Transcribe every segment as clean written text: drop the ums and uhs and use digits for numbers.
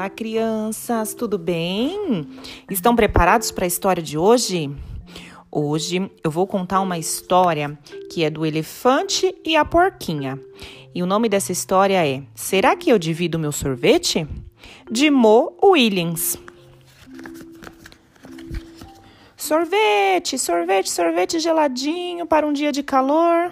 Olá, crianças, tudo bem? Estão preparados para a história de hoje? Hoje eu vou contar uma história que é do elefante e a porquinha. E o nome dessa história é Será que eu divido meu sorvete? De Mo Willems. Sorvete, sorvete, sorvete geladinho para um dia de calor.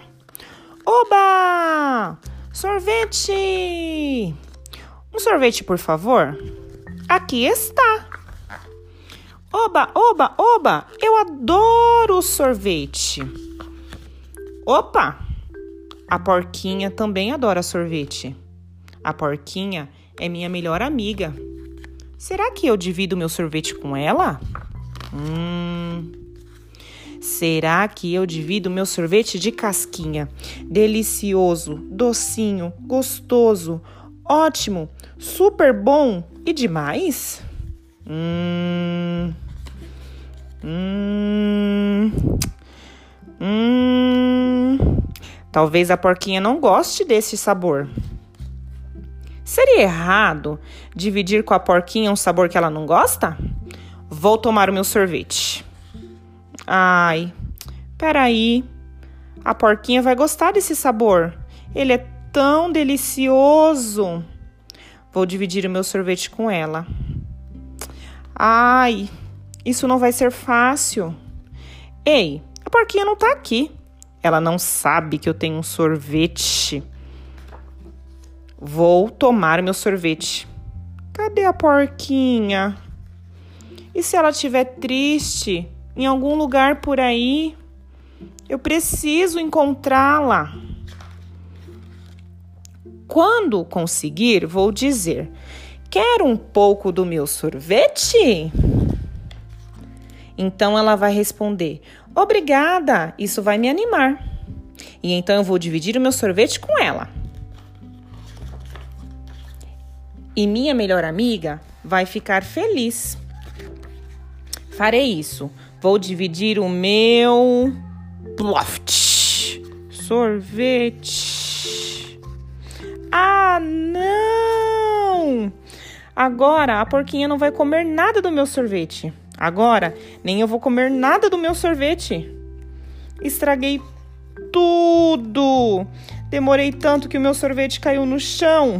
Oba! Sorvete! Um sorvete, por favor? Aqui está. Oba, oba, oba! Eu adoro sorvete. Opa! A porquinha também adora sorvete. A porquinha é minha melhor amiga. Será que eu divido meu sorvete com ela? Será que eu divido meu sorvete de casquinha? Delicioso, docinho, gostoso, ótimo, super bom e demais? Talvez a porquinha não goste desse sabor. Seria errado dividir com a porquinha um sabor que ela não gosta? Vou tomar o meu sorvete. Ai, peraí. A porquinha vai gostar desse sabor. Ele é tão delicioso. Vou dividir o meu sorvete com ela. Ai, isso não vai ser fácil. Ei, a porquinha não tá aqui. Ela não sabe que eu tenho um sorvete. Vou tomar o meu sorvete. Cadê a porquinha? E se ela estiver triste em algum lugar por aí? Eu preciso encontrá-la. Quando conseguir, vou dizer: quer um pouco do meu sorvete? Então ela vai responder: obrigada, isso vai me animar. E então eu vou dividir o meu sorvete com ela. E minha melhor amiga vai ficar feliz. Farei isso. Vou dividir o meu sorvete. Ah, não! Agora a porquinha não vai comer nada do meu sorvete. Agora nem eu vou comer nada do meu sorvete. Estraguei tudo. Demorei tanto que o meu sorvete caiu no chão.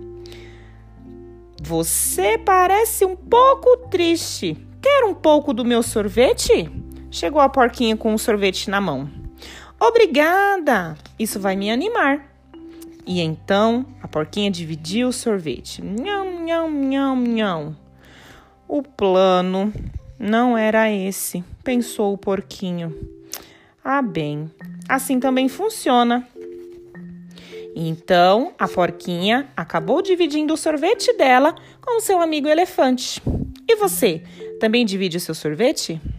Você parece um pouco triste. Quer um pouco do meu sorvete? Chegou a porquinha com o sorvete na mão. Obrigada! Isso vai me animar. E então a porquinha dividiu o sorvete. Nham, nham, nham, nham. O plano não era esse, pensou o porquinho. Ah, bem, assim também funciona. Então, a porquinha acabou dividindo o sorvete dela com o seu amigo elefante. E você, também divide o seu sorvete?